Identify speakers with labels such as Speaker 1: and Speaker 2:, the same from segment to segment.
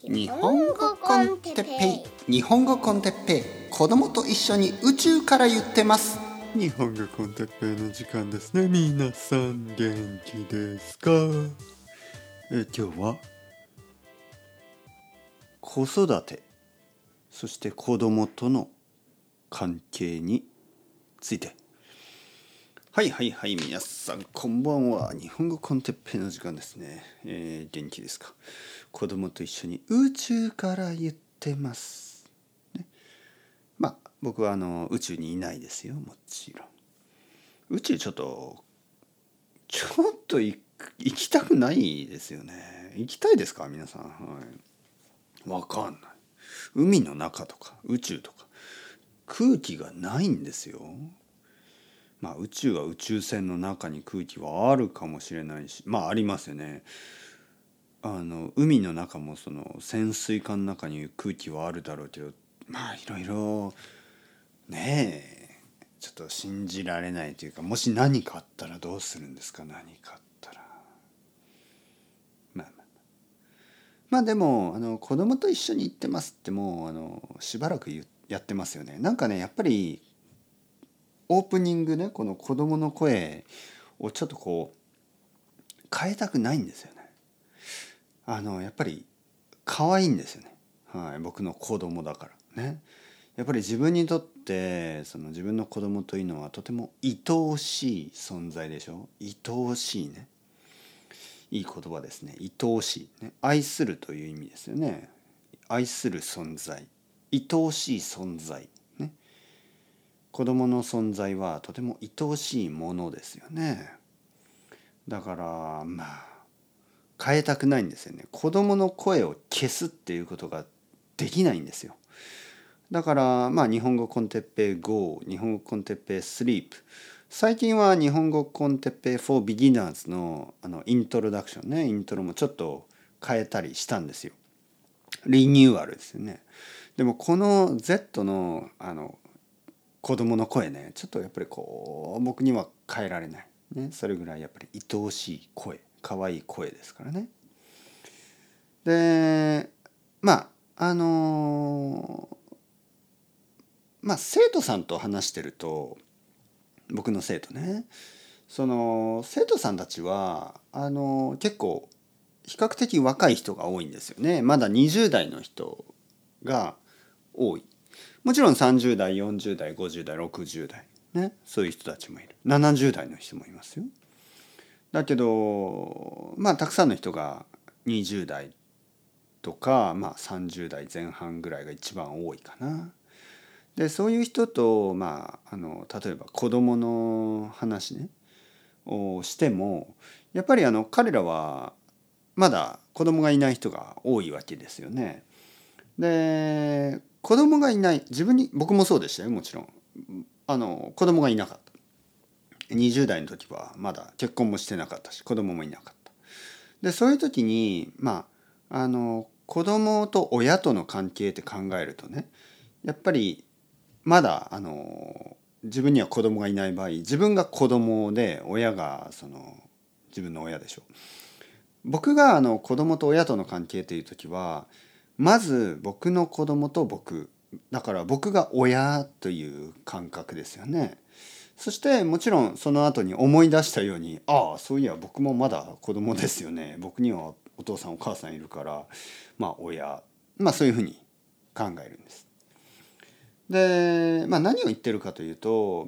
Speaker 1: 日本語コンテッペイ、日本語コンテッペイ、子供と一緒に宇宙から言ってます。
Speaker 2: 日本語コンテッペイの時間ですね。皆さん元気ですか？今日は子育て、そして子供との関係について。はい皆さんこんばんは。日本語コンテッペイの時間ですね。元気ですか？子供と一緒に宇宙から言ってます、ね。僕は宇宙にいないですよ、もちろん。宇宙ちょっと行きたくないですよね。行きたいですか皆さん？はい。わかんない。海の中とか宇宙とか空気がないんですよ。宇宙は宇宙船の中に空気はあるかもしれないし、ありますよね。海の中もその潜水艦の中に空気はあるだろうけど、いろいろねえ、ちょっと信じられないというか、もし何かあったらどうするんですか？何かあったらでも子供と一緒に行ってますってもうしばらくやってますよね。なんかね、やっぱりオープニングね、この子供の声をちょっと変えたくないんですよね。やっぱり可愛いんですよね。はい、僕の子供だからね。やっぱり自分にとってその自分の子供というのはとても愛おしい存在でしょ。愛おしいね。いい言葉ですね。愛おしい、ね。愛するという意味ですよね。愛する存在。愛おしい存在。ね。子供の存在はとても愛おしいものですよね。だから変えたくないんですよね。子供の声を消すっていうことができないんですよ。だから日本語コンテッペイ GO、 日本語コンテッペイ SLEEP、 最近は日本語コンテッペイ for beginners のイントロダクションね、イントロもちょっと変えたりしたんですよ。リニューアルですよね。でもこの Z の子供の声ね、ちょっとやっぱり僕には変えられない、ね、それぐらいやっぱり愛おしい声、可愛い声ですからね。で生徒さんと話してると、僕の生徒ね、その生徒さんたちは結構比較的若い人が多いんですよね。まだ20代の人が多い。もちろん30代40代50代60代ね、そういう人たちもいる。70代の人もいますよ。だけどたくさんの人が20代とか、30代前半ぐらいが一番多いかな。でそういう人と例えば子供の話ねをしても、やっぱり彼らはまだ子供がいない人が多いわけですよね。で子供がいない僕もそうでしたよ、もちろん。子供がいなかった。20代の時はまだ結婚もしてなかったし、子供もいなかった。でそういう時に子供と親との関係って考えるとね、やっぱりまだ自分には子供がいない場合、自分が子供で親が自分の親でしょ。僕が子供と親との関係という時は、まず僕の子供と僕だから、僕が親という感覚ですよね。そしてもちろんその後に思い出したように、そういや僕もまだ子供ですよね、僕にはお父さんお母さんいるから親、そういうふうに考えるんです。で何を言ってるかというと、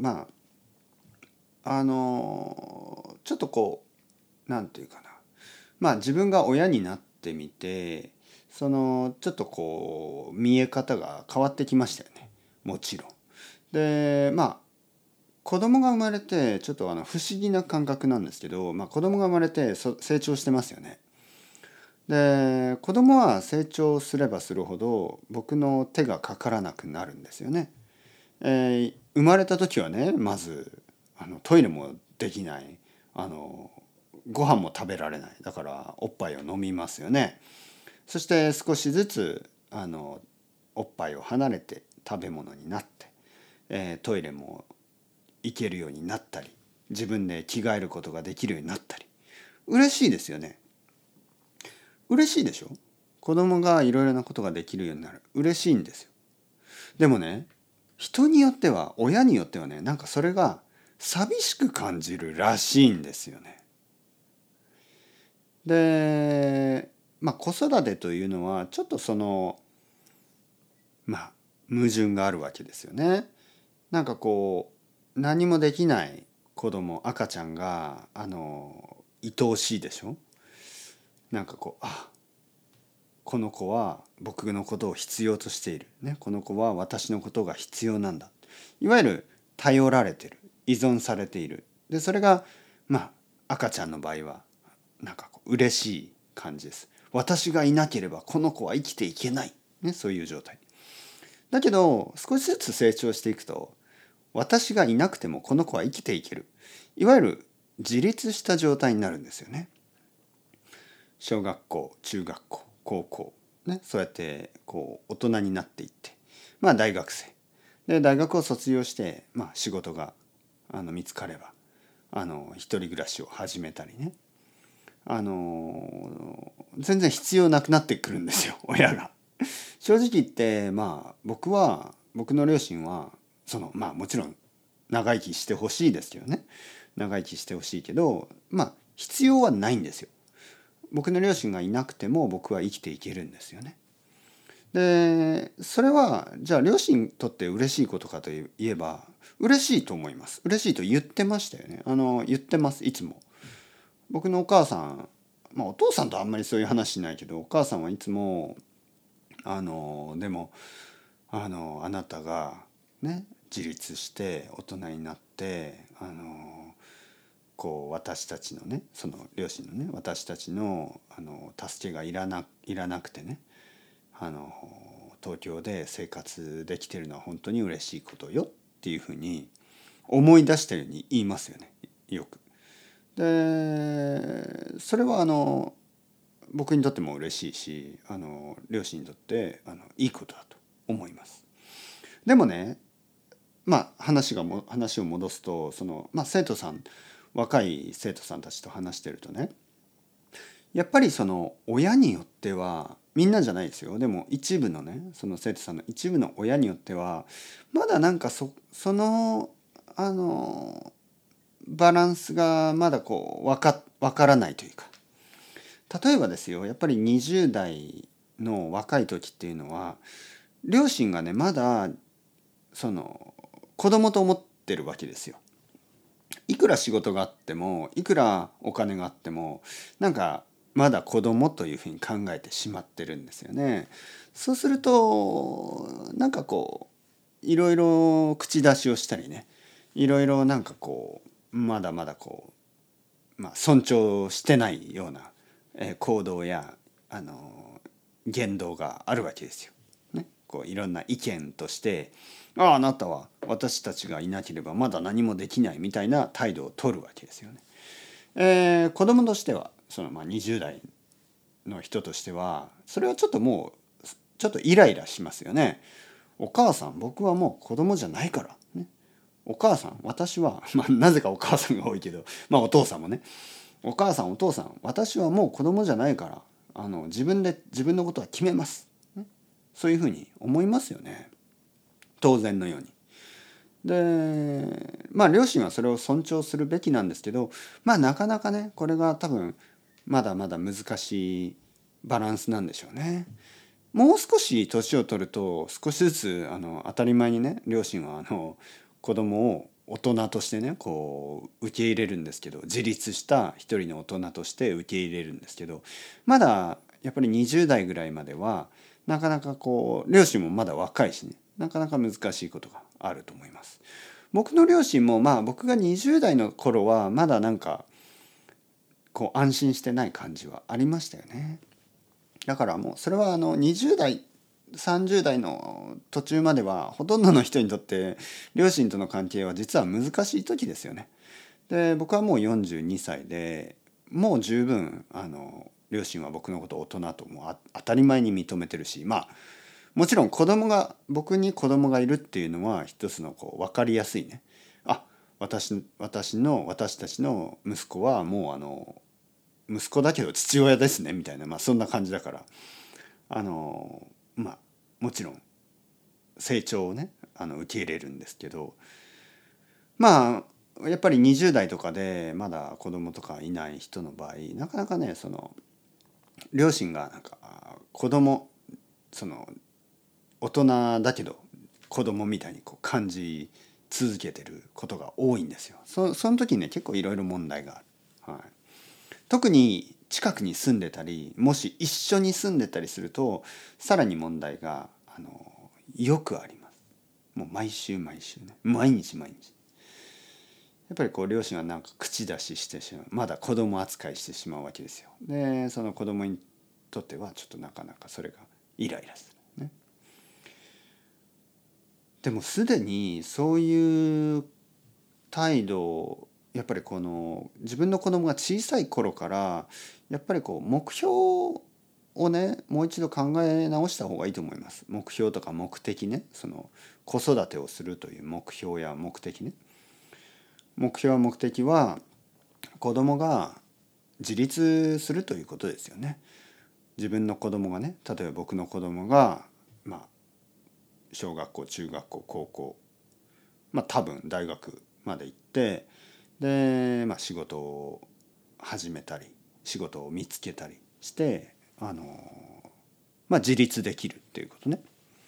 Speaker 2: ちょっとなんていうかな、自分が親になってみて、ちょっと見え方が変わってきましたよね、もちろん。で子供が生まれてちょっと不思議な感覚なんですけど、子供が生まれて成長してますよね。で子供は成長すればするほど僕の手がかからなくなるんですよね。生まれた時はね、まずトイレもできない、ご飯も食べられない、だからおっぱいを飲みますよね。そして少しずつおっぱいを離れて食べ物になって、トイレも行けるようになったり、自分で着替えることができるようになったり、嬉しいですよね。嬉しいでしょ、 子供がいろいろなことができるようになる。嬉しいんですよ。でもね、人によっては、親によってはね、なんかそれが寂しく感じるらしいんですよね。で、子育てというのはちょっと矛盾があるわけですよね。なんかこう何もできない子供、赤ちゃんが愛おしいでしょ。なんかこう、この子は僕のことを必要としている、ね、この子は私のことが必要なんだ、いわゆる頼られてる、依存されている。でそれが赤ちゃんの場合はなんかこう嬉しい感じです。私がいなければこの子は生きていけない、ね、そういう状態だけど、少しずつ成長していくと、私がいなくてもこの子は生きていける、いわゆる自立した状態になるんですよね。小学校、中学校、高校、ね、そうやってこう大人になっていって、大学生で大学を卒業して、仕事が見つかれば一人暮らしを始めたりね、全然必要なくなってくるんですよ、親が。正直言って僕の両親はもちろん長生きしてほしいですけどね、長生きしてほしいけど必要はないんですよ。僕の両親がいなくても僕は生きていけるんですよね。でそれはじゃあ両親にとって嬉しいことかといえば嬉しいと思います。嬉しいと言ってましたよね。言ってます、いつも。僕のお母さん、お父さんとあんまりそういう話しないけど、お母さんはいつもでもあなたがね自立して大人になってこう私たちのね、その両親のね、私たちの助けがいらなくてね、東京で生活できてるのは本当に嬉しいことよっていうふうに思い出したように言いますよね、よく。でそれは僕にとっても嬉しいし両親にとっていいことだと思います。でもね、話を戻すと生徒さん、若い生徒さんたちと話してるとね、やっぱり親によっては、みんなじゃないですよ、でも一部のね、その生徒さんの一部の親によってはまだなんかそのバランスがまだこうわからないというか、例えばですよ、やっぱり20代の若い時っていうのは両親がねまだ子供と思ってるわけですよ。いくら仕事があってもいくらお金があってもなんかまだ子供というふうに考えてしまってるんですよね。そうするとなんかこういろいろ口出しをしたりね、いろいろなんかこうまだまだこう、尊重してないような行動や言動があるわけですよ。ね、こういろんな意見としてあなたは私たちがいなければまだ何もできないみたいな態度を取るわけですよね。子供としては20代の人としてはそれはちょっともうちょっとイライラしますよね。お母さん、僕はもう子供じゃないから、ね、お母さん、私は、なぜかお母さんが多いけど、お父さんもね、お母さんお父さん、私はもう子供じゃないから自分で自分のことは決めます、ね、そういうふうに思いますよね、当然のように。で両親はそれを尊重するべきなんですけど、なかなかねこれが多分まだまだ難しいバランスなんでしょうね。もう少し年を取ると少しずつ当たり前にね両親は子供を大人としてねこう受け入れるんですけど、自立した一人の大人として受け入れるんですけど、まだやっぱり20代ぐらいまではなかなかこう両親もまだ若いしね、なかなか難しいことがあると思います。僕の両親も僕が20代の頃はまだなんかこう安心してない感じはありましたよね。だからもうそれは20代30代の途中まではほとんどの人にとって両親との関係は実は難しい時ですよね。で僕はもう42歳でもう十分両親は僕のことを大人とも当たり前に認めてるし、もちろん僕に子供がいるっていうのは一つのこう分かりやすいね、私たちの息子はもう息子だけど父親ですねみたいな、そんな感じだからまあもちろん成長をね受け入れるんですけど、まあやっぱり20代とかでまだ子供とかいない人の場合、なかなかねその両親がなんか子供その大人だけど子供みたいにこう感じ続けてることが多いんですよ。その時にね結構いろいろ問題がある。はい、特に近くに住んでたりもし一緒に住んでたりするとさらに問題がよくあります。もう毎週毎週ね毎日毎日やっぱりこう両親はなんか口出ししてしまう、まだ子供扱いしてしまうわけですよ。でその子供にとってはちょっとなかなかそれがイライラするね。でもすでにそういう態度をやっぱりこの自分の子供が小さい頃からやっぱりこう目標をねもう一度考え直した方がいいと思います。目標とか目的ね、その子育てをするという目標や目的ね。目標や目的は子供が自立するということですよね。自分の子供がね、例えば僕の子供がまあ小学校中学校高校多分大学まで行ってで、仕事を始めたり仕事を見つけたりして自立できるっていうことね。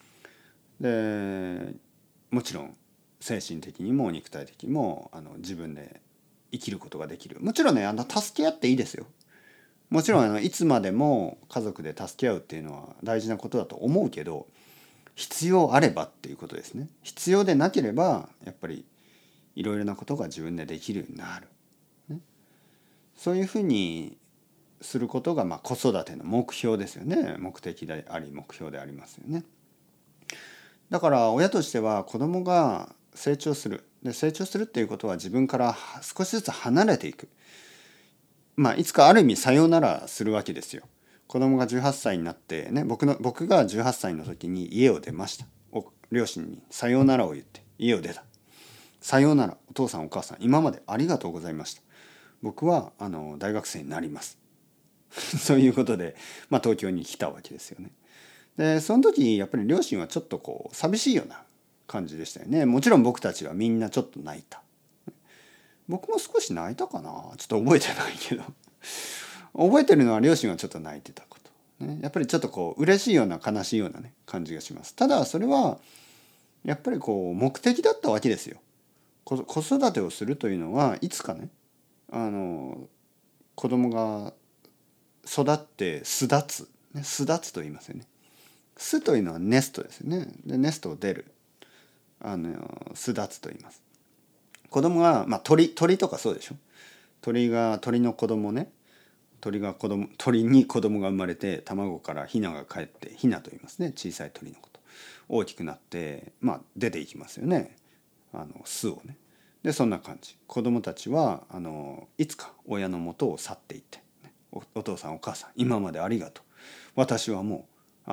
Speaker 2: でもちろん精神的にも肉体的にも自分で生きることができる。もちろんね助け合っていいですよ。もちろんいつまでも家族で助け合うっていうのは大事なことだと思うけど、必要あればっていうことですね。必要でなければやっぱりいろいろなことが自分でできるようになる、ね、そういうふうにすることが子育ての目標ですよね。目的であり目標でありますよね。だから親としては子供が成長する。で成長するっていうことは自分から少しずつ離れていく。いつかある意味さようならするわけですよ。子供が18歳になってね、僕が18歳の時に家を出ました。両親にさようならを言って家を出た。さようならお父さんお母さん今までありがとうございました。僕は大学生になります。そういうことで、東京に来たわけですよね。でその時やっぱり両親はちょっとこう寂しいような感じでしたよね。もちろん僕たちはみんなちょっと泣いた。僕も少し泣いたかな、ちょっと覚えてないけど覚えてるのは両親はちょっと泣いてたこと、ね、やっぱりちょっとこう嬉しいような悲しいようなね感じがします。ただそれはやっぱりこう目的だったわけですよ。子育てをするというのはいつかね子供が育って巣立つ、ね、巣立つと言いますよね。巣というのはネストですよね。でネストを出る巣立つと言います。子供が、鳥とかそうでしょ。鳥の子供ね、鳥に子供が生まれて卵からヒナが帰ってヒナと言いますね、小さい鳥のこと。大きくなって出ていきますよね、巣をね。でそんな感じ。子供たちはいつか親の元を去っていって、お父さんお母さん今までありがとう。私はもう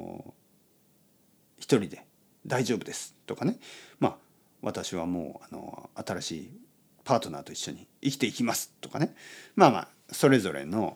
Speaker 2: 一人で大丈夫ですとかね。私はもう新しいパートナーと一緒に生きていきますとかね。それぞれの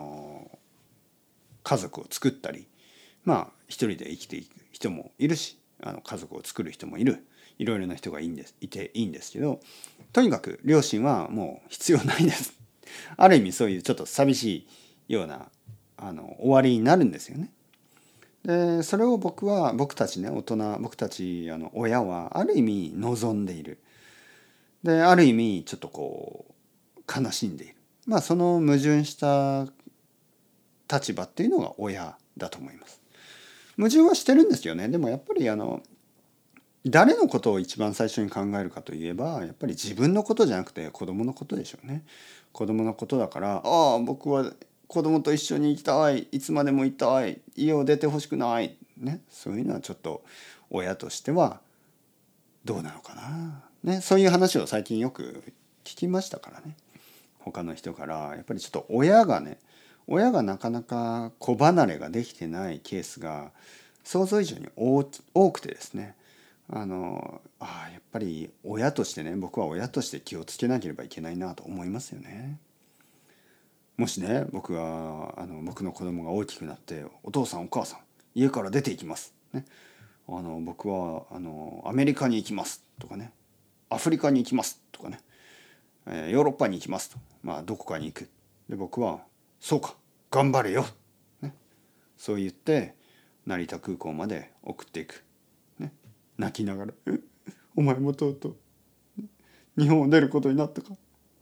Speaker 2: 家族を作ったり一人で生きていく人もいるし家族を作る人もいる。いろいろな人がいていいんですけど、とにかく両親はもう必要ないですある意味そういうちょっと寂しいような終わりになるんですよね。でそれを僕たちね大人、僕たち親はある意味望んでいる。である意味ちょっとこう悲しんでいる。その矛盾した立場っていうのが親だと思います。矛盾はしてるんですよね。でもやっぱり誰のことを一番最初に考えるかといえばやっぱり自分のことじゃなくて子供のことでしょうね。子供のことだから僕は子供と一緒に行きたい、いつまでも行きたい、家を出てほしくない、ね、そういうのはちょっと親としてはどうなのかな、ね、そういう話を最近よく聞きましたからね、他の人から。やっぱりちょっと親がなかなか子離れができてないケースが想像以上に多くてですね、やっぱり親としてね、僕は親として気をつけなければいけないなと思いますよね。 もしね僕の子供が大きくなってお父さんお母さん家から出て行きます、ね、僕はアメリカに行きますとかね、アフリカに行きますとかね、ヨーロッパに行きますと、どこかに行く。で僕はそうか頑張れよ、ね、そう言って成田空港まで送っていく、ね、泣きながらお前もとうとう日本を出ることになったか。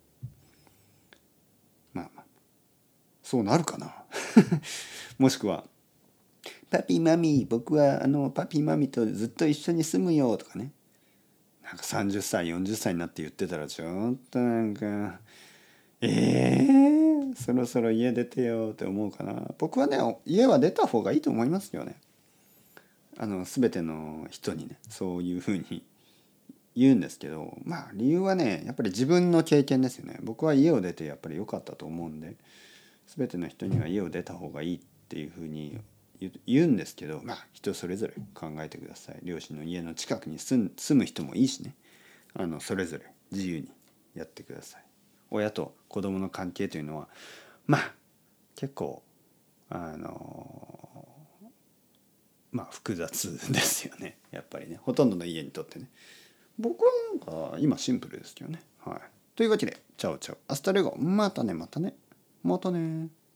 Speaker 2: そうなるかなもしくはパピーマミー僕はパピーマミーとずっと一緒に住むよとかね、なんか30歳40歳になって言ってたらちょっとなんかそろそろ家出てよって思うかな。僕はね家は出た方がいいと思いますよね。全ての人にねそういうふうに言うんですけど、理由はねやっぱり自分の経験ですよね。僕は家を出てやっぱり良かったと思うんで、全ての人には家を出た方がいいっていうふうに言うんですけど、人それぞれ考えてください。両親の家の近くに住む人もいいしね、それぞれ自由にやってください。親と子供の関係というのは結構複雑ですよね。やっぱりねほとんどの家にとってね。僕はなんか今シンプルですけどね。はい。というわけでチャオチャオアスタレゴ、またねまたねまたね。